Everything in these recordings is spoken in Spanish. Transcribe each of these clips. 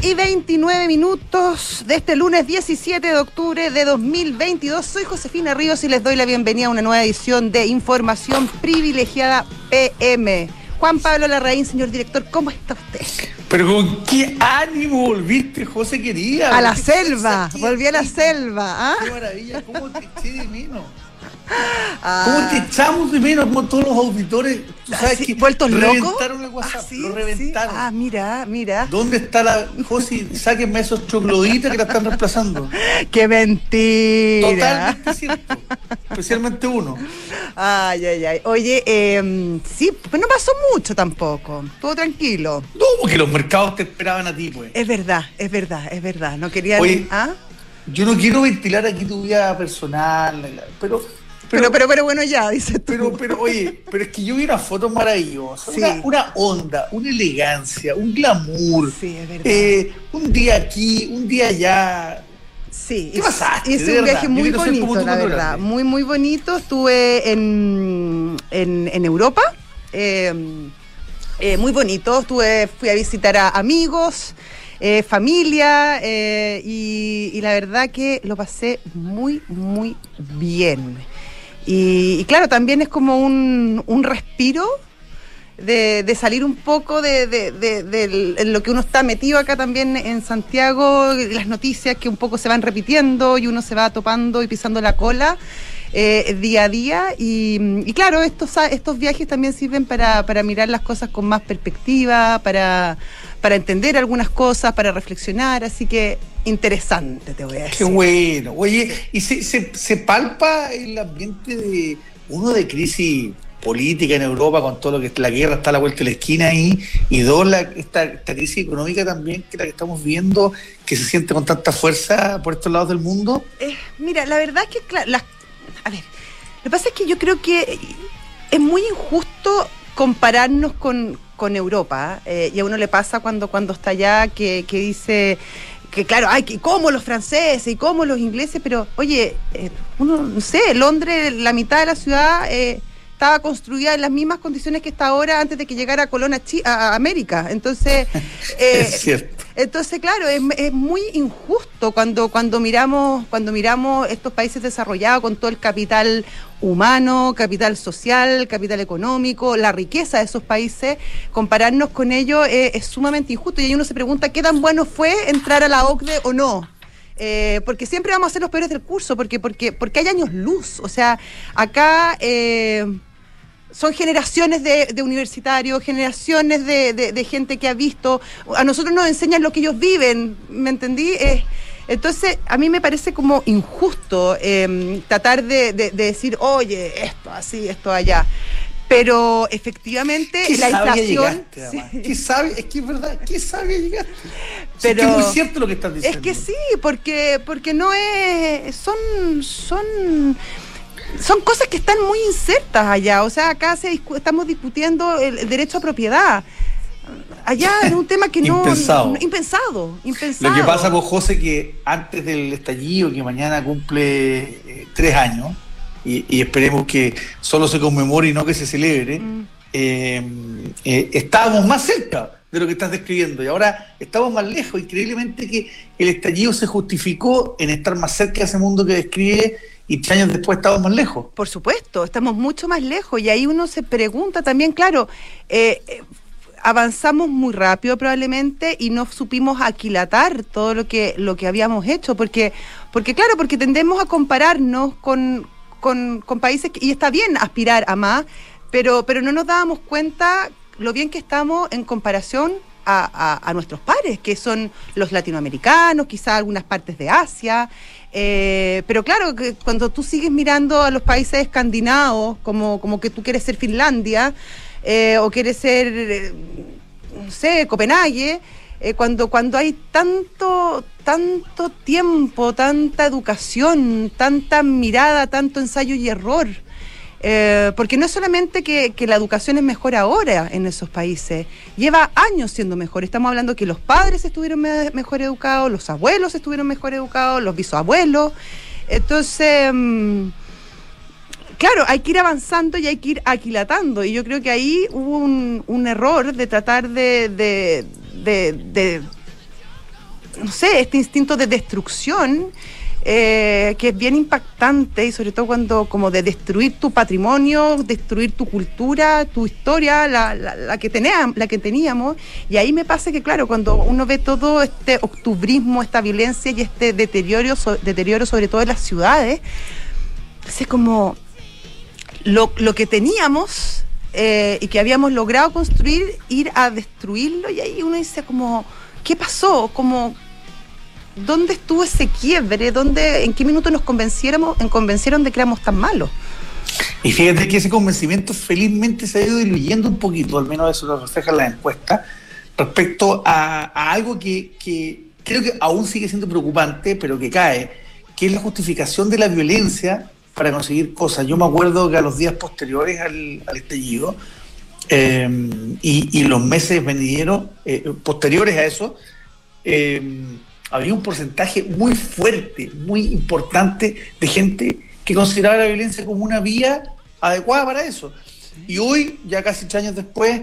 9:29 de este lunes 17 de octubre de 2022. Soy Josefina Ríos y les doy la bienvenida a una nueva edición de Información Privilegiada PM. Juan Pablo Larraín, señor director, ¿cómo está usted? Pero con qué ánimo volviste, José querida. A la selva, volví a la selva. ¿Ah? Qué maravilla, cómo te eché de menos. ¿Cómo te echamos de menos? Como todos los auditores, tú sabes ¿sí? que ¿Vueltos locos? Reventaron el WhatsApp, ¿Sí? lo reventaron. ¿Sí? Mira. ¿Dónde está la José? Sáquenme esos chocoloditas que la están reemplazando. ¡Qué mentira! Totalmente cierto. Especialmente uno. Ay. Oye, sí, pues no pasó mucho tampoco. Todo tranquilo. No, porque los mercados te esperaban a ti, pues. Es verdad. No querían... Oye, ¿ah? yo no quiero ventilar aquí tu vida personal, pero bueno, ya, dices tú. pero es que yo vi unas fotos maravillosas, sí. una onda, una elegancia, un glamour. Sí, es verdad. Un día aquí, un día allá. Sí, ¿Qué pasaste? Hice un viaje muy bonito, la verdad. Muy, muy bonito. Estuve en Europa. Muy bonito. Fui a visitar a amigos, familia, y la verdad que lo pasé muy, muy bien. Y claro, también es como un respiro de salir un poco de lo que uno está metido acá también en Santiago, las noticias que un poco se van repitiendo y uno se va topando y pisando la cola día a día, y claro, estos viajes también sirven para mirar las cosas con más perspectiva, para entender algunas cosas, para reflexionar, así que interesante, te voy a decir. Qué bueno. Oye, y se palpa el ambiente de crisis política en Europa, con todo lo que la guerra está a la vuelta de la esquina ahí, y dos, esta crisis económica también, que la que estamos viendo, que se siente con tanta fuerza por estos lados del mundo. Mira, la verdad es que a ver, lo que pasa es que yo creo que es muy injusto compararnos con Europa, y a uno le pasa cuando está allá que dice que claro, que como los franceses y como los ingleses, pero oye, uno, no sé, Londres, la mitad de la ciudad estaba construida en las mismas condiciones que está ahora antes de que llegara Colón a América. Entonces, es cierto. Entonces, claro, es muy injusto cuando miramos estos países desarrollados con todo el capital humano, capital social, capital económico, la riqueza de esos países, compararnos con ellos es sumamente injusto. Y ahí uno se pregunta qué tan bueno fue entrar a la OCDE o no. Porque siempre vamos a ser los peores del curso, porque hay años luz. O sea, acá son generaciones de universitarios, generaciones de gente que ha visto. A nosotros nos enseñan lo que ellos viven, ¿me entendí? Entonces, a mí me parece como injusto tratar de decir, oye, esto así, esto allá. Pero efectivamente la inflación... ¿Qué sabe? Es que es verdad, ¿qué sabe llegar? Pero es que es muy cierto lo que estás diciendo. Es que sí, porque no es... Son cosas que están muy insertas allá. O sea, acá estamos discutiendo el derecho a propiedad. Allá es un tema que no... Impensado. Lo que pasa con José, que antes del estallido, que mañana cumple 3 años, y esperemos que solo se conmemore y no que se celebre, estábamos más cerca de lo que estás describiendo, y ahora estamos más lejos. Increíblemente que el estallido se justificó en estar más cerca de ese mundo que describe, y 3 años después estamos más lejos. Por supuesto, estamos mucho más lejos, y ahí uno se pregunta también, claro, avanzamos muy rápido probablemente y no supimos aquilatar todo lo que habíamos hecho, porque tendemos a compararnos con países y está bien aspirar a más, pero no nos dábamos cuenta lo bien que estamos en comparación a nuestros pares, que son los latinoamericanos, quizás algunas partes de Asia, pero claro, que cuando tú sigues mirando a los países escandinavos, como que tú quieres ser Finlandia, o quieres ser, no sé, Copenhague, cuando hay tanto tiempo, tanta educación, tanta mirada, tanto ensayo y error, porque no es solamente que la educación es mejor ahora en esos países, lleva años siendo mejor. Estamos hablando que los padres estuvieron mejor educados, los abuelos estuvieron mejor educados, los bisabuelos. Entonces, claro, hay que ir avanzando y hay que ir aquilatando, y yo creo que ahí hubo un error de tratar de no sé, este instinto de destrucción que es bien impactante, y sobre todo cuando como de destruir tu patrimonio, destruir tu cultura, tu historia, la que teníamos, y ahí me pasa que claro, cuando uno ve todo este octubrismo, esta violencia y este deterioro sobre todo en las ciudades, es como lo que teníamos y que habíamos logrado construir, ir a destruirlo, y ahí uno dice como, ¿qué pasó? Como, ¿dónde estuvo ese quiebre? ¿En qué minuto nos convencieron de que éramos tan malos? Y fíjate que ese convencimiento felizmente se ha ido diluyendo un poquito, al menos eso lo reflejan las encuestas, respecto a algo que creo que aún sigue siendo preocupante, pero que cae, que es la justificación de la violencia para conseguir cosas. Yo me acuerdo que a los días posteriores al estallido y los meses venideros posteriores a eso, había un porcentaje muy fuerte, muy importante de gente que consideraba la violencia como una vía adecuada para eso. Y hoy, ya casi 8 años después,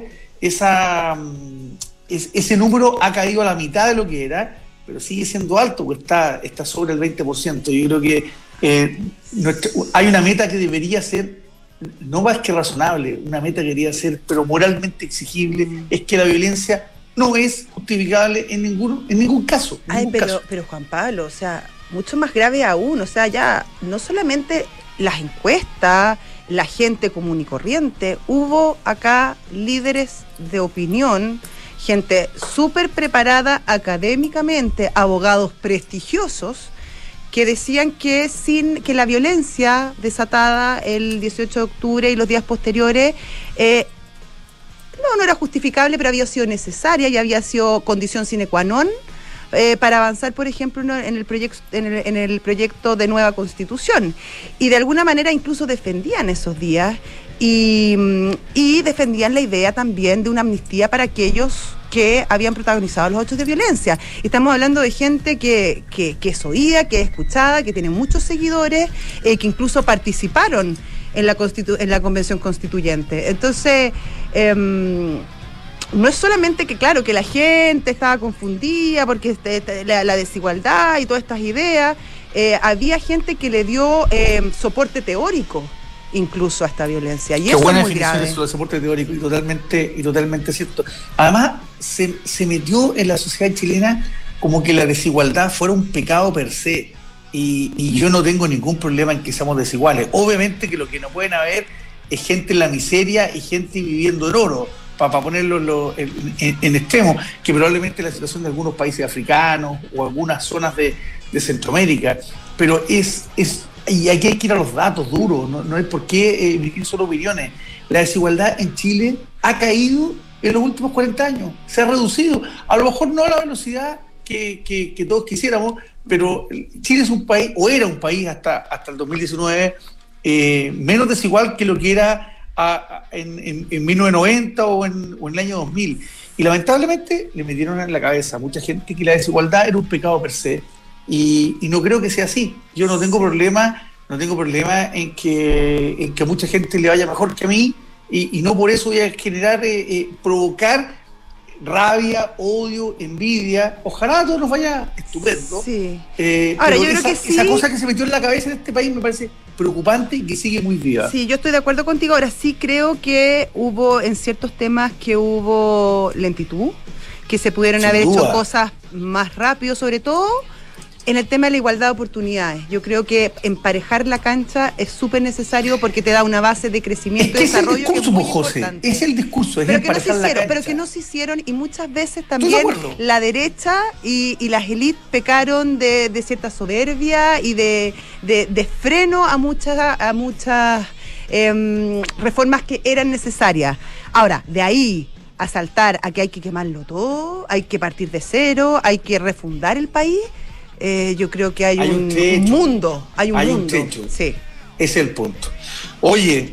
ese número ha caído a la mitad de lo que era, pero sigue siendo alto, porque está sobre el 20%. Yo creo que hay una meta que debería ser, no más que razonable, una meta que debería ser, pero moralmente exigible, es que la violencia no es justificable en ningún caso. Pero Juan Pablo, o sea, mucho más grave aún, o sea, ya no solamente las encuestas, la gente común y corriente, hubo acá líderes de opinión, gente súper preparada académicamente, abogados prestigiosos, que decían que la violencia desatada el 18 de octubre y los días posteriores no era justificable, pero había sido necesaria y había sido condición sine qua non para avanzar, por ejemplo, en el proyecto de nueva Constitución. Y de alguna manera incluso defendían esos días y defendían la idea también de una amnistía para aquellos que habían protagonizado los hechos de violencia. Y estamos hablando de gente que es oída, que es escuchada, que tiene muchos seguidores, que incluso participaron en la Convención Constituyente. Entonces, no es solamente que, claro, que la gente estaba confundida porque la desigualdad y todas estas ideas, había gente que le dio soporte teórico incluso a esta violencia, y eso es muy grave. Eso de soporte teórico, y totalmente cierto. Además, se metió en la sociedad chilena como que la desigualdad fuera un pecado per se. Y yo no tengo ningún problema en que seamos desiguales. Obviamente que lo que no pueden haber es gente en la miseria y gente viviendo en oro, para ponerlo en extremo, que probablemente es la situación de algunos países africanos o algunas zonas de Centroamérica. Pero y aquí hay que ir a los datos duros, no hay por qué emitir solo opiniones. La desigualdad en Chile ha caído en los últimos 40 años, se ha reducido, a lo mejor no a la velocidad que todos quisiéramos, pero Chile es un país, o era un país hasta el 2019, menos desigual que lo que era en 1990 o en el año 2000. Y lamentablemente le metieron en la cabeza a mucha gente que la desigualdad era un pecado per se. Y no creo que sea así. Yo no tengo problema en que a mucha gente le vaya mejor que a mí, y no por eso voy a generar, provocar rabia, odio, envidia. Ojalá a todos nos vaya estupendo. Sí. Ahora, yo creo que sí. Esa cosa que se metió en la cabeza en este país me parece preocupante y que sigue muy viva. Sí, yo estoy de acuerdo contigo. Ahora sí creo que hubo en ciertos temas lentitud, que se pudieron haber hecho cosas más rápido, sobre todo en el tema de la igualdad de oportunidades. Yo creo que emparejar la cancha es súper necesario porque te da una base de crecimiento y desarrollo que es muy importante. Es el discurso, pero que no se hicieron, y muchas veces también la derecha y las élites pecaron de cierta soberbia y de freno a muchas reformas que eran necesarias. Ahora, de ahí a saltar a que hay que quemarlo todo, hay que partir de cero, hay que refundar el país. Yo creo que hay un mundo. Hay un techo. Sí. Ese es el punto. Oye,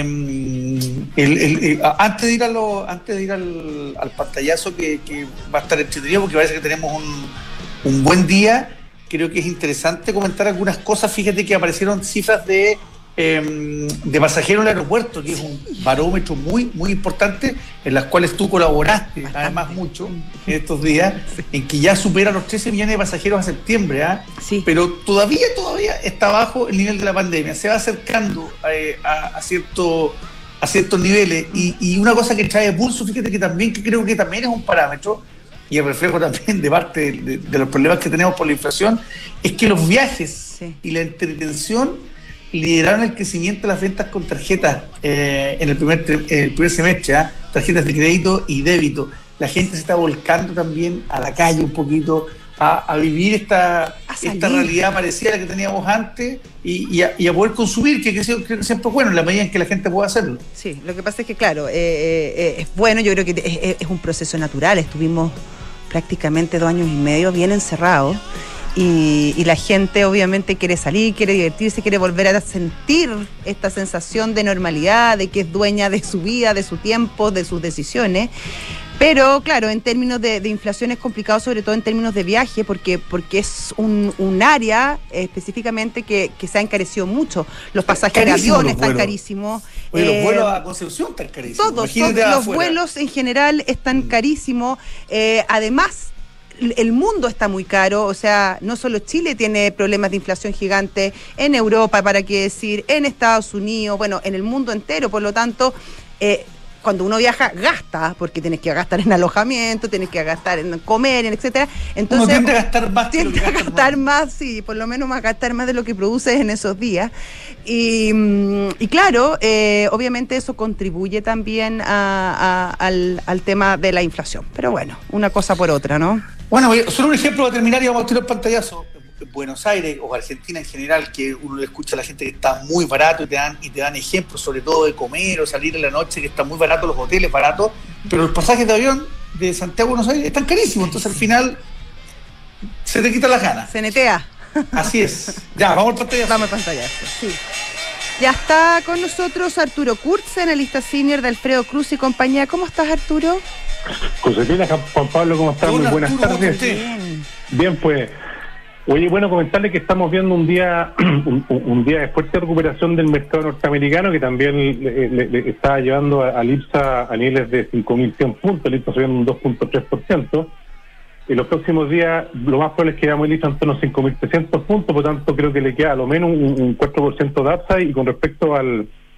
antes de ir al pantallazo que va a estar entretenido, porque parece que tenemos un buen día, creo que es interesante comentar algunas cosas. Fíjate que aparecieron cifras de de pasajeros en el aeropuerto, que es un barómetro muy, muy importante, en las cuales tú colaboraste, además, mucho en estos días, en que ya supera los 13 millones de pasajeros a septiembre, sí. Pero todavía está bajo el nivel de la pandemia, se va acercando a ciertos niveles, y una cosa que trae pulso, fíjate que creo que también es un parámetro, y el reflejo también de parte de los problemas que tenemos por la inflación, es que los viajes y la entretención lideraron el crecimiento de las ventas con tarjetas en el primer semestre, tarjetas de crédito y débito. La gente se está volcando también a la calle un poquito, a vivir esta realidad parecida a la que teníamos antes, y a poder consumir, que creo que siempre es bueno en la medida en que la gente pueda hacerlo. Sí, lo que pasa es que, claro, es bueno, yo creo que es un proceso natural. Estuvimos prácticamente 2 años y medio bien encerrados, y la gente obviamente quiere salir, quiere divertirse, quiere volver a sentir esta sensación de normalidad, de que es dueña de su vida, de su tiempo, de sus decisiones. Pero claro, en términos de inflación es complicado, sobre todo en términos de viaje, porque es un área específicamente que se ha encarecido mucho. Los pasajes de avión están carísimos. Oye, los vuelos a Concepción están carísimos. Todos los vuelos en general están carísimos. Además, el mundo está muy caro, o sea, no solo Chile tiene problemas de inflación gigante, en Europa, para qué decir, en Estados Unidos, bueno, en el mundo entero. Por lo tanto, cuando uno viaja, gasta, porque tienes que gastar en alojamiento, tienes que gastar en comer, etcétera. Entonces, uno tiende a gastar más. Tiende a gastar más, sí, por lo menos a gastar más de lo que produces en esos días. Y claro, obviamente eso contribuye también al tema de la inflación. Pero bueno, una cosa por otra, ¿no? Bueno, solo un ejemplo para terminar y vamos a tirar el pantallazo. Buenos Aires o Argentina en general, que uno le escucha a la gente que está muy barato, y te dan ejemplos, sobre todo de comer o salir en la noche, que están muy baratos, los hoteles baratos, pero los pasajes de avión de Santiago a Buenos Aires están carísimos, entonces al final se te quitan las ganas. Se netea. Así es. Ya, vamos al pantallazo. Vamos al pantallazo, sí. Ya está con nosotros Arturo Kurtz, analista senior de Alfredo Cruz y compañía. ¿Cómo estás, Arturo? Josefina, Juan Pablo, ¿cómo estás? Muy buenas tardes. Bien, pues. Oye, bueno, comentarle que estamos viendo un día de fuerte recuperación del mercado norteamericano, que también le está llevando al IPSA a niveles de 5.100 puntos, el IPSA subiendo un 2.3%. En los próximos días, lo más probable es que veamos el IPSA en torno a 5.300 puntos, por lo tanto creo que le queda a lo menos un 4% de upside. Y con respecto a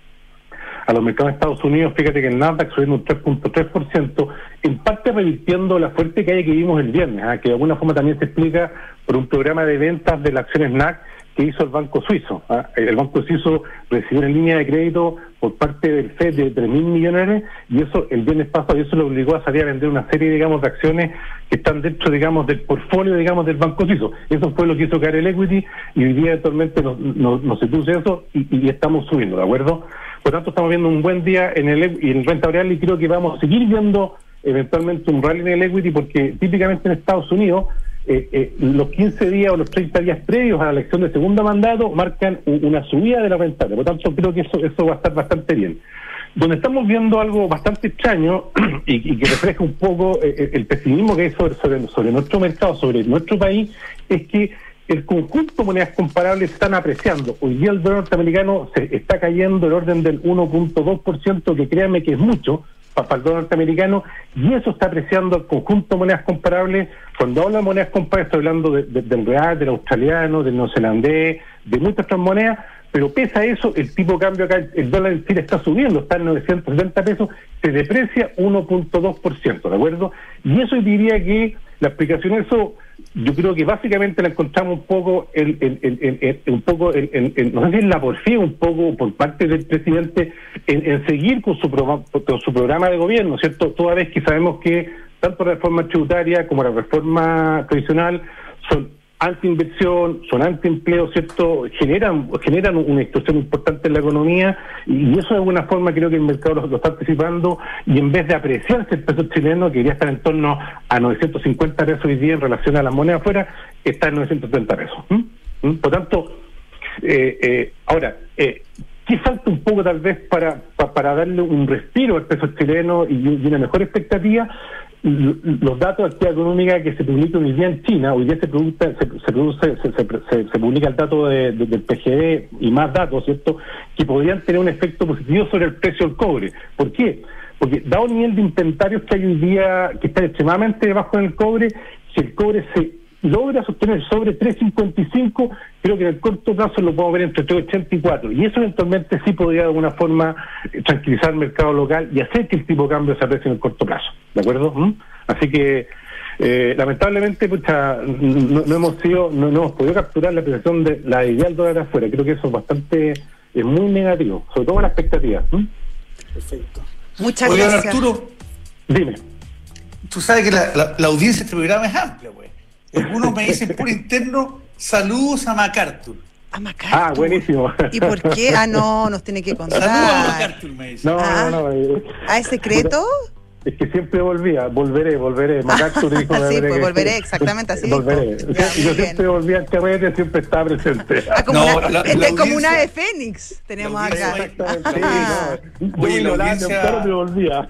los mercados de Estados Unidos, fíjate que el Nasdaq subiendo un 3.3%, en parte revirtiendo la fuerte caída que vimos el viernes, que de alguna forma también se explica por un programa de ventas de la acción SNAC que hizo el Banco Suizo. El Banco Suizo recibió una línea de crédito por parte del FED de 3.000 millones, y eso el viernes pasado, y eso lo obligó a salir a vender una serie, digamos, de acciones que están dentro, digamos, del portfolio, digamos, del Banco Suizo. Eso fue lo que hizo caer el equity, y hoy día actualmente no se puso eso, y estamos subiendo, ¿de acuerdo? Por tanto, estamos viendo un buen día en el renta variable, y creo que vamos a seguir viendo eventualmente un rally en el equity, porque típicamente en Estados Unidos los 15 días o los 30 días previos a la elección de segundo mandato marcan una subida de la renta. Por lo tanto, creo que eso va a estar bastante bien. Donde estamos viendo algo bastante extraño y que refleja un poco el pesimismo que hay sobre nuestro mercado, sobre nuestro país, es que el conjunto de monedas comparables se están apreciando. Hoy día el dólar norteamericano se está cayendo del orden del 1.2%, que créanme que es mucho para el dólar norteamericano, y eso está apreciando el conjunto de monedas comparables. Cuando hablo de monedas comparables estoy hablando del real, del australiano, del neozelandés, de muchas otras monedas, pero pese a eso, el tipo de cambio acá, el dólar en Chile está subiendo, está en 970 pesos, se deprecia 1.2%, ¿de acuerdo? Y eso diría que la explicación de eso, yo creo que básicamente la encontramos un poco, no sé si es la porfía, un poco por parte del presidente en seguir con su programa de gobierno, ¿cierto? Toda vez que sabemos que tanto la reforma tributaria como la reforma tradicional son anti-inversión, son anti-empleo, ¿cierto? Generan una distorsión importante en la economía, y eso de alguna forma creo que el mercado lo está anticipando, y en vez de apreciarse el peso chileno, que debería estar en torno a 950 pesos hoy día en relación a las monedas afuera, está en 930 pesos. Por tanto, ahora, ¿qué falta un poco tal vez para darle un respiro al peso chileno y una mejor expectativa? los datos de actividad económica que se publican hoy día en China, hoy día se publica el dato del PGB y más datos, ¿cierto?, que podrían tener un efecto positivo sobre el precio del cobre. ¿Por qué? Porque dado el nivel de inventarios que hay hoy día, que está extremadamente bajo en el cobre, si el cobre se logra sostener sobre 3.55, creo que en el corto plazo lo podemos ver entre 3.84, y eso eventualmente sí podría de alguna forma tranquilizar el mercado local y hacer que el tipo de cambio se aprecie en el corto plazo, ¿de acuerdo? Así que lamentablemente no hemos podido capturar la apreciación de la idea del dólar afuera. Creo que eso es muy negativo, sobre todo la expectativa. Perfecto. Muchas gracias. Arturo, dime. Tú sabes que la audiencia de este programa es amplia, güey. Algunos me dicen por interno, saludos a MacArthur. A MacArthur. Buenísimo. ¿Y por qué? Nos tiene que contar. Saludos a MacArthur, me dicen. No. ¿Es secreto? Es que siempre volveré. MacArthur dijo. Sí, pues volveré, exactamente así. Volveré. Yo siempre volví al carrete, siempre estaba presente. Es como una de Fénix, tenemos acá. Exactamente. Oye, la audiencia... me volvía.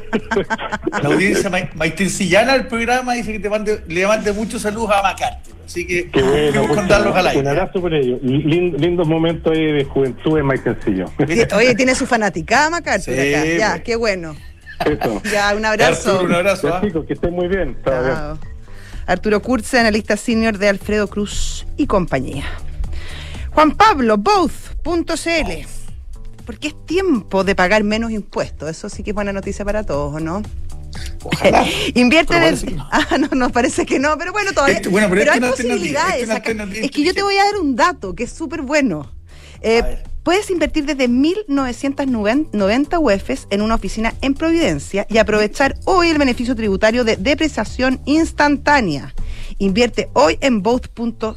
La audiencia maitencillana del programa dice que le mande muchos saludos a MacArthur. Así que bueno, contarlos al aire. Un abrazo por ellos. Lindos momentos ahí de juventud en Maitencillo. Oye, tiene su fanaticada MacArthur acá. Ya, qué bueno. Eso. Ya, un abrazo. Arturo, un abrazo. Chicos, que estén muy bien. Chao. Arturo Kurze, analista senior de Alfredo Cruz y compañía. Juan Pablo, both.cl. Porque es tiempo de pagar menos impuestos. Eso sí que es buena noticia para todos, ¿o no? Ojalá. Invierte no parece que no, pero bueno, todavía. Pero hay posibilidades. Es que yo te voy a dar un dato que es súper bueno. Puedes invertir desde 1.990 UFs en una oficina en Providencia y aprovechar hoy el beneficio tributario de depreciación instantánea. Invierte hoy en both.cl.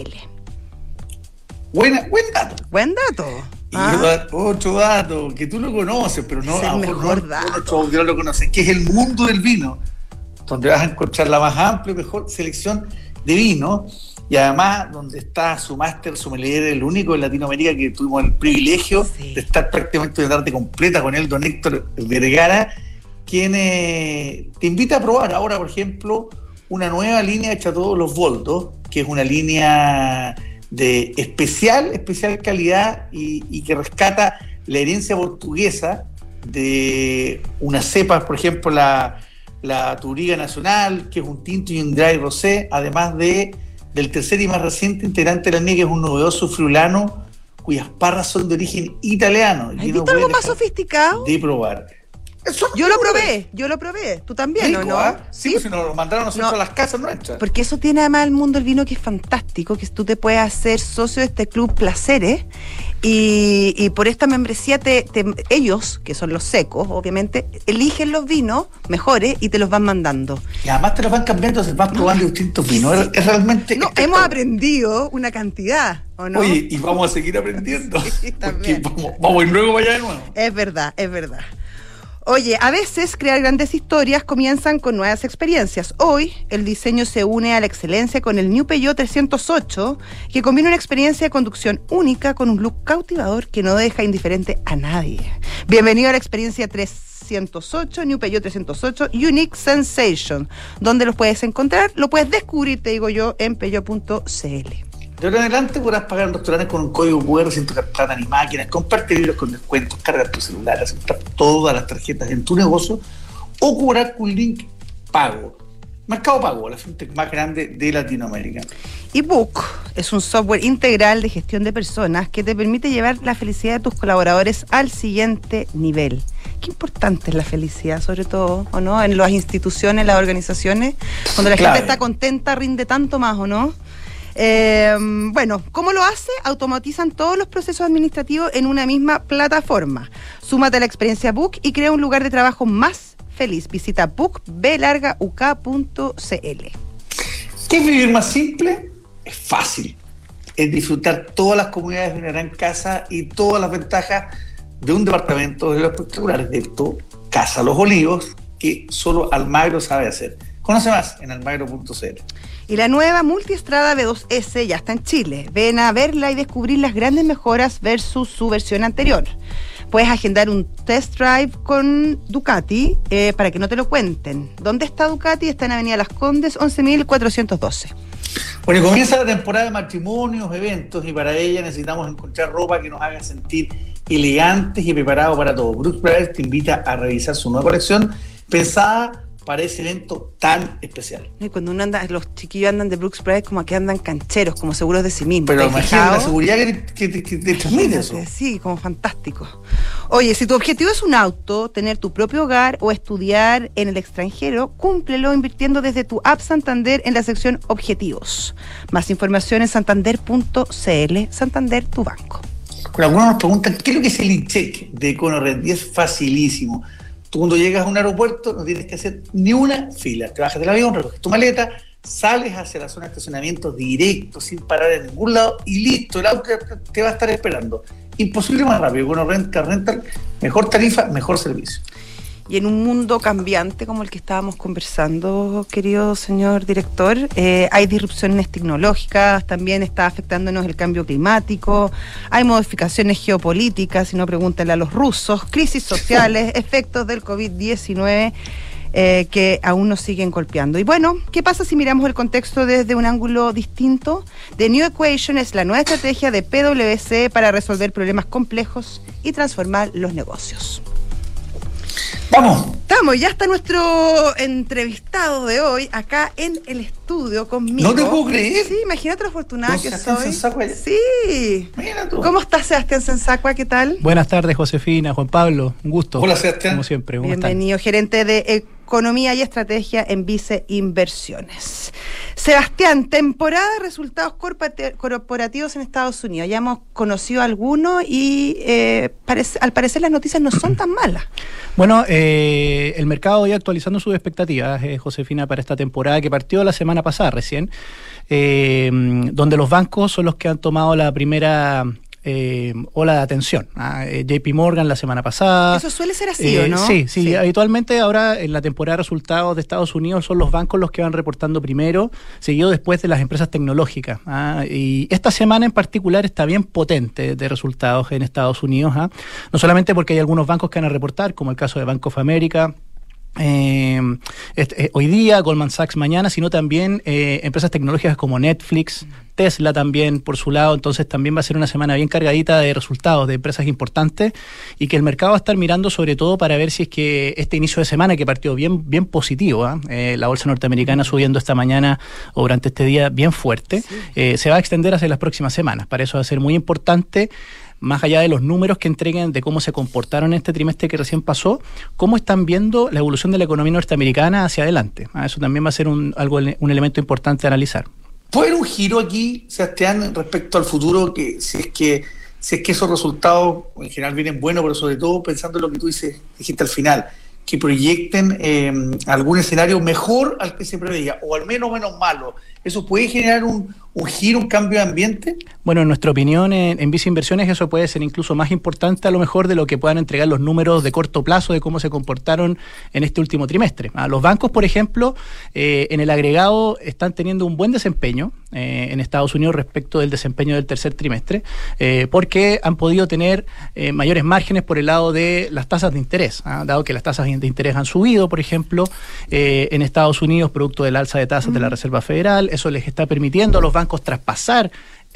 Buen dato. Buen dato. Y otro dato que tú lo conoces, pero no, es el mejor dato. Nuestros auditores lo conocen, que es el mundo del vino, donde vas a encontrar la más amplia y mejor selección de vino. Y además, donde está su máster sommelier, el único en Latinoamérica que tuvimos el privilegio de estar prácticamente una tarde completa con él, don Héctor Vergara, quien te invita a probar ahora, por ejemplo, una nueva línea hecha todos los Boldos, que es una línea de especial calidad y que rescata la herencia portuguesa de unas cepas, por ejemplo, la Touriga Nacional, que es un tinto y un dry rosé, además del tercer y más reciente integrante de la línea, que es un novedoso friulano, cuyas parras son de origen italiano. ¿Has visto algo más sofisticado? De probar. Yo lo probé. ¿Tú también, rico, o no? Sí, pues si nos lo mandaron nosotros a las casas nuestras. Porque eso tiene además el mundo del vino, que es fantástico, que tú te puedes hacer socio de este club Placeres y por esta membresía ellos, que son los secos, obviamente, eligen los vinos mejores y te los van mandando. Y además te los van cambiando, se van probando distintos vinos. Es realmente... No, hemos aprendido una cantidad, ¿o no? Oye, y vamos a seguir aprendiendo. Sí, también. Vamos a ir luego para allá de nuevo. Es verdad. Oye, a veces crear grandes historias comienzan con nuevas experiencias. Hoy, el diseño se une a la excelencia con el New Peugeot 308, que combina una experiencia de conducción única con un look cautivador que no deja indiferente a nadie. Bienvenido a la experiencia 308, New Peugeot 308, Unique Sensation. ¿Dónde los puedes encontrar? Lo puedes descubrir, te digo yo, en peugeot.cl. De ahora en adelante podrás pagar en restaurantes con un código QR sin tocar plata ni máquinas, compartir libros con descuentos, cargar tu celular, aceptar todas las tarjetas en tu negocio o cobrar con link pago. Mercado Pago, la fintech más grande de Latinoamérica. Y Book es un software integral de gestión de personas que te permite llevar la felicidad de tus colaboradores al siguiente nivel. Qué importante es la felicidad, sobre todo, ¿o no? En las instituciones, en las organizaciones, cuando la gente está contenta, rinde tanto más, ¿o no? Bueno, ¿cómo lo hace? Automatizan todos los procesos administrativos en una misma plataforma. Súmate a la experiencia Book y crea un lugar de trabajo más feliz. Visita bookb.uk.cl. ¿Qué es vivir más simple? Es fácil. Es disfrutar todas las comodidades de una gran casa y todas las ventajas de un departamento de los particulares de esto, Casa Los Olivos, que solo Almagro sabe hacer. Conoce más en almagro.cl. Y la nueva Multiestrada B2S ya está en Chile. Ven a verla y descubrir las grandes mejoras versus su versión anterior. Puedes agendar un test drive con Ducati para que no te lo cuenten. ¿Dónde está Ducati? Está en Avenida Las Condes, 11.412. Bueno, y comienza la temporada de matrimonios, eventos, y para ella necesitamos encontrar ropa que nos haga sentir elegantes y preparados para todo. Brooks Brothers te invita a revisar su nueva colección pensada para ese evento tan especial. Y cuando uno anda, los chiquillos andan de Brooks Brothers como que andan cancheros, como seguros de sí mismos. Pero imagina la seguridad que te transmite eso. Sí, como fantástico. Oye, si tu objetivo es un auto, tener tu propio hogar o estudiar en el extranjero, cúmplelo invirtiendo desde tu app Santander en la sección Objetivos. Más información en santander.cl. Santander, tu banco. Bueno, algunos nos preguntan qué es lo que es el in-check de EconoRed, y es facilísimo. Tú cuando llegas a un aeropuerto no tienes que hacer ni una fila. Te bajas del avión, recoges tu maleta, sales hacia la zona de estacionamiento directo, sin parar en ningún lado, y listo, el auto te va a estar esperando. Imposible más rápido. Con Car Rental, mejor tarifa, mejor servicio. Y en un mundo cambiante como el que estábamos conversando, querido señor director, hay disrupciones tecnológicas, también está afectándonos el cambio climático, hay modificaciones geopolíticas, si no pregúntenle a los rusos, crisis sociales, efectos del COVID-19 que aún nos siguen golpeando. Y bueno, ¿qué pasa si miramos el contexto desde un ángulo distinto? The New Equation es la nueva estrategia de PwC para resolver problemas complejos y transformar los negocios. Estamos, ya está nuestro entrevistado de hoy acá en el estudio conmigo. No te puedo creer. Sí, imagínate lo afortunada que soy. Sensacua. Sí. Mira tú. ¿Cómo estás, Sebastián Sensacua? ¿Qué tal? Buenas tardes, Josefina, Juan Pablo, un gusto. Hola, Sebastián. Como siempre, ¿cómo bienvenido, están? Gerente de Economía y Estrategia en Vice Inversiones. Sebastián, temporada de resultados corporativos en Estados Unidos. Ya hemos conocido algunos y al parecer las noticias no son tan malas. Bueno, el mercado ya actualizando sus expectativas, Josefina, para esta temporada que partió la semana pasada recién, donde los bancos son los que han tomado la primera ola de atención. JP Morgan la semana pasada. Eso suele ser así, ¿o no? Sí. Habitualmente ahora en la temporada de resultados de Estados Unidos son los bancos los que van reportando primero, seguido después de las empresas tecnológicas. Y esta semana en particular está bien potente de resultados en Estados Unidos. No solamente porque hay algunos bancos que van a reportar, como el caso de Bank of America, hoy día, Goldman Sachs mañana, sino también empresas tecnológicas como Netflix, Tesla también por su lado. Entonces también va a ser una semana bien cargadita de resultados de empresas importantes y que el mercado va a estar mirando sobre todo para ver si es que este inicio de semana que partió bien positivo, la bolsa norteamericana subiendo esta mañana o durante este día bien fuerte, se va a extender hacia las próximas semanas. Para eso va a ser muy importante, más allá de los números que entreguen de cómo se comportaron en este trimestre que recién pasó, cómo están viendo la evolución de la economía norteamericana hacia adelante. Eso también va a ser un elemento importante de analizar. ¿Puede haber un giro aquí, Sebastián, respecto al futuro, que si es que esos resultados en general vienen buenos, pero sobre todo pensando en lo que tú dijiste al final, que proyecten algún escenario mejor al que se preveía, o al menos menos malo? ¿Eso puede generar un giro, un cambio de ambiente? Bueno, en nuestra opinión, en Vice Inversiones, eso puede ser incluso más importante a lo mejor de lo que puedan entregar los números de corto plazo de cómo se comportaron en este último trimestre. Los bancos, por ejemplo, en el agregado están teniendo un buen desempeño en Estados Unidos respecto del desempeño del tercer trimestre, porque han podido tener mayores márgenes por el lado de las tasas de interés, dado que las tasas de interés han subido, por ejemplo, en Estados Unidos, producto del alza de tasas de la Reserva Federal. Eso les está permitiendo a los bancos traspasar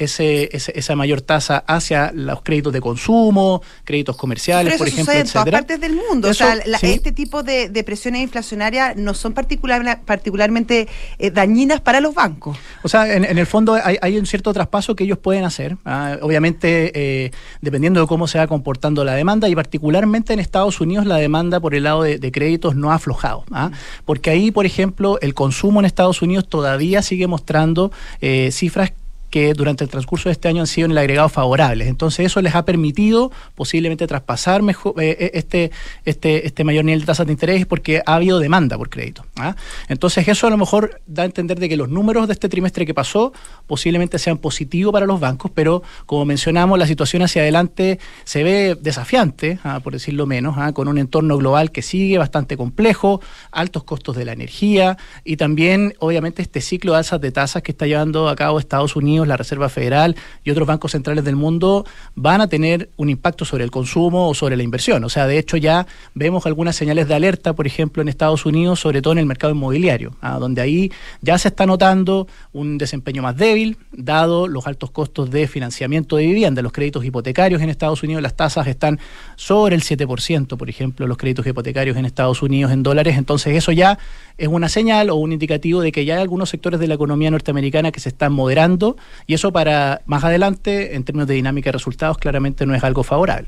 esa mayor tasa hacia los créditos de consumo, créditos comerciales, por ejemplo, etcétera. En todas partes del mundo. Eso, sí. Este tipo de presiones inflacionarias no son particularmente dañinas para los bancos. O sea, en el fondo hay un cierto traspaso que ellos pueden hacer, obviamente dependiendo de cómo se va comportando la demanda, y particularmente en Estados Unidos la demanda por el lado de créditos no ha aflojado, porque ahí, por ejemplo, el consumo en Estados Unidos todavía sigue mostrando cifras que durante el transcurso de este año han sido en el agregado favorables. Entonces eso les ha permitido posiblemente traspasar mejor este mayor nivel de tasas de interés, porque ha habido demanda por crédito. Entonces eso a lo mejor da a entender de que los números de este trimestre que pasó posiblemente sean positivos para los bancos, pero como mencionamos, la situación hacia adelante se ve desafiante, por decirlo menos, con un entorno global que sigue bastante complejo, altos costos de la energía y también obviamente este ciclo de alzas de tasas que está llevando a cabo Estados Unidos Unidos, la Reserva Federal y otros bancos centrales del mundo van a tener un impacto sobre el consumo o sobre la inversión. O sea, de hecho ya vemos algunas señales de alerta, por ejemplo, en Estados Unidos, sobre todo en el mercado inmobiliario, donde ahí ya se está notando un desempeño más débil, dado los altos costos de financiamiento de vivienda. Los créditos hipotecarios en Estados Unidos, las tasas están sobre el 7%, por ejemplo, los créditos hipotecarios en Estados Unidos en dólares. Entonces eso ya es una señal o un indicativo de que ya hay algunos sectores de la economía norteamericana que se están moderando, y eso para más adelante, en términos de dinámica de resultados, claramente no es algo favorable.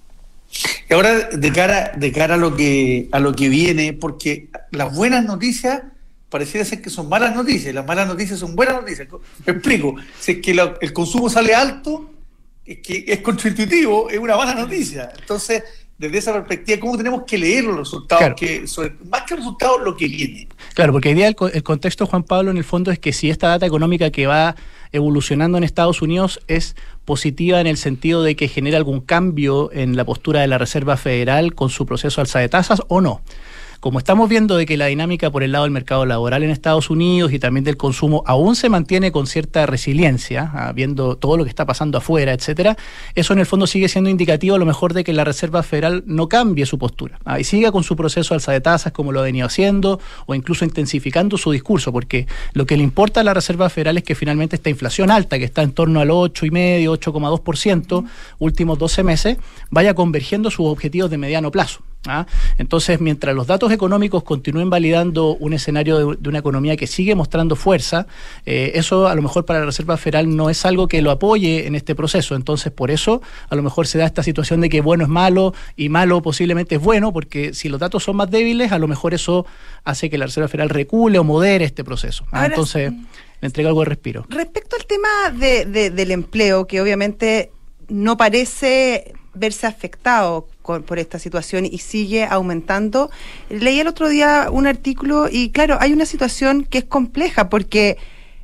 Y ahora, de cara a lo que viene, porque las buenas noticias pareciera ser que son malas noticias, y las malas noticias son buenas noticias. Me explico, si es que el consumo sale alto, es que es contraintuitivo, es una mala noticia. Entonces, desde esa perspectiva, ¿cómo tenemos que leer los resultados? Claro. Más que resultados, lo que viene. Claro, porque hoy día el contexto, Juan Pablo, en el fondo es que si esta data económica que va evolucionando en Estados Unidos es positiva en el sentido de que genera algún cambio en la postura de la Reserva Federal con su proceso alza de tasas o no. Como estamos viendo de que la dinámica por el lado del mercado laboral en Estados Unidos y también del consumo aún se mantiene con cierta resiliencia, viendo todo lo que está pasando afuera, etcétera, eso en el fondo sigue siendo indicativo a lo mejor de que la Reserva Federal no cambie su postura y siga con su proceso alza de tasas como lo ha venido haciendo, o incluso intensificando su discurso, porque lo que le importa a la Reserva Federal es que finalmente esta inflación alta, que está en torno al 8,5%, 8,2%, últimos 12 meses, vaya convergiendo sus objetivos de mediano plazo. Entonces, mientras los datos económicos continúen validando un escenario de una economía que sigue mostrando fuerza, eso a lo mejor para la Reserva Federal no es algo que lo apoye en este proceso. Entonces, por eso a lo mejor se da esta situación de que bueno es malo y malo posiblemente es bueno, porque si los datos son más débiles, a lo mejor eso hace que la Reserva Federal recule o modere este proceso. Entonces, le entrega algo de respiro. Respecto al tema del empleo, que obviamente no parece verse afectado por esta situación y sigue aumentando. Leí el otro día un artículo y claro, hay una situación que es compleja porque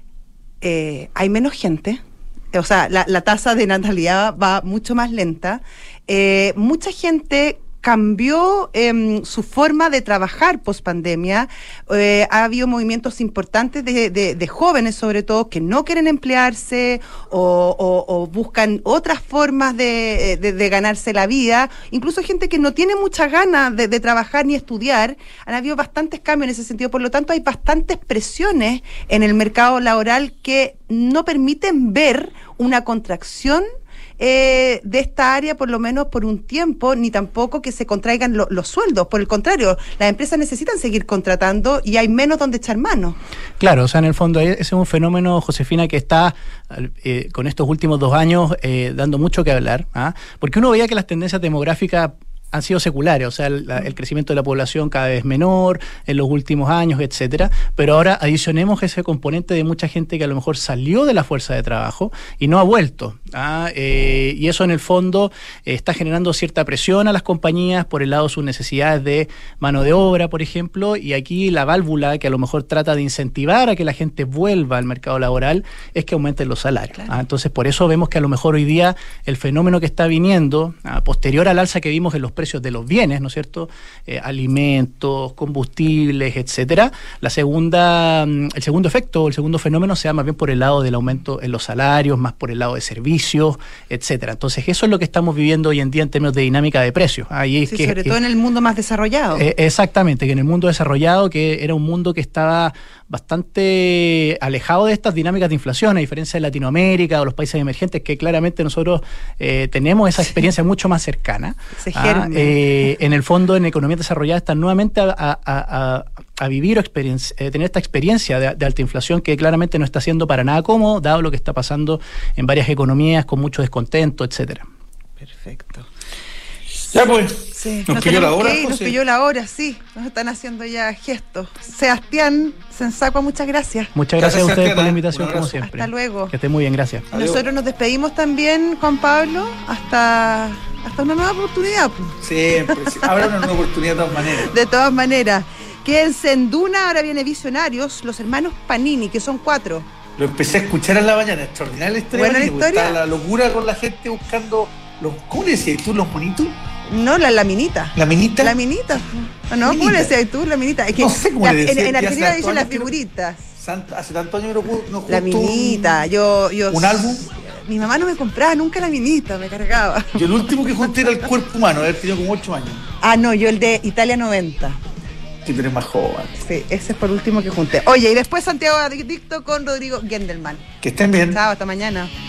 hay menos gente, o sea, la tasa de natalidad va mucho más lenta, mucha gente cambió su forma de trabajar post pandemia. Ha habido movimientos importantes de jóvenes, sobre todo, que no quieren emplearse o buscan otras formas de ganarse la vida. Incluso gente que no tiene muchas ganas de trabajar ni estudiar. Han habido bastantes cambios en ese sentido. Por lo tanto, hay bastantes presiones en el mercado laboral que no permiten ver una contracción de esta área, por lo menos por un tiempo, ni tampoco que se contraigan los sueldos. Por el contrario, las empresas necesitan seguir contratando y hay menos donde echar mano. Claro, o sea, en el fondo ese es un fenómeno, Josefina, que está con estos últimos 2 años dando mucho que hablar, porque uno veía que las tendencias demográficas han sido seculares, o sea, el crecimiento de la población cada vez menor en los últimos años, etcétera, pero ahora adicionemos ese componente de mucha gente que a lo mejor salió de la fuerza de trabajo y no ha vuelto, y eso en el fondo está generando cierta presión a las compañías por el lado de sus necesidades de mano de obra, por ejemplo, y aquí la válvula que a lo mejor trata de incentivar a que la gente vuelva al mercado laboral es que aumenten los salarios. Claro. Entonces, por eso vemos que a lo mejor hoy día el fenómeno que está viniendo, posterior al alza que vimos en los precios de los bienes, ¿no es cierto? Alimentos, combustibles, etcétera. El segundo efecto, el segundo fenómeno se da más bien por el lado del aumento en los salarios, más por el lado de servicios, etcétera. Entonces, eso es lo que estamos viviendo hoy en día en términos de dinámica de precios. Ahí es sí, sobre todo en el mundo más desarrollado. Exactamente, que en el mundo desarrollado, que era un mundo que estaba bastante alejado de estas dinámicas de inflación, a diferencia de Latinoamérica o los países emergentes, que claramente nosotros tenemos esa experiencia mucho más cercana. En el fondo, en economías desarrolladas están nuevamente a vivir o tener esta experiencia de alta inflación que claramente no está siendo para nada cómodo, dado lo que está pasando en varias economías con mucho descontento, etcétera. Perfecto. Ya pues, sí, nos pilló la hora. Nos pilló la hora, sí. Nos están haciendo ya gestos. Sebastián Sensacua, muchas gracias. Muchas gracias a ustedes por la invitación, como siempre. Hasta luego. Que estén muy bien, gracias. Adiós. Nosotros nos despedimos también, Juan Pablo, hasta una nueva oportunidad. Siempre, habrá una nueva oportunidad de todas maneras. De todas maneras. Quédense en Duna, ahora viene Visionarios, los hermanos Panini, que son 4. Lo empecé a escuchar en la mañana, extraordinaria la historia. Buena historia. Está la locura con la gente buscando ¿cómo le decías tú, los monitos? No, la minita. ¿La minita? La minita. No, ¿cómo le decías tú, la minita? Es que no sé cómo le decías. En Argentina dicen las figuritas. Hace tantos años no junto La minita, yo un álbum. Mi mamá no me compraba nunca la minita, me cargaba. Yo el último que junté era El Cuerpo Humano, haber tenido como 8 años. Ah, no, yo el de Italia 90. Sí, pero es más joven. Sí, ese es por último que junté. Oye, y después Santiago Adicto con Rodrigo Gendelman. Que estén bien. Chao, hasta mañana.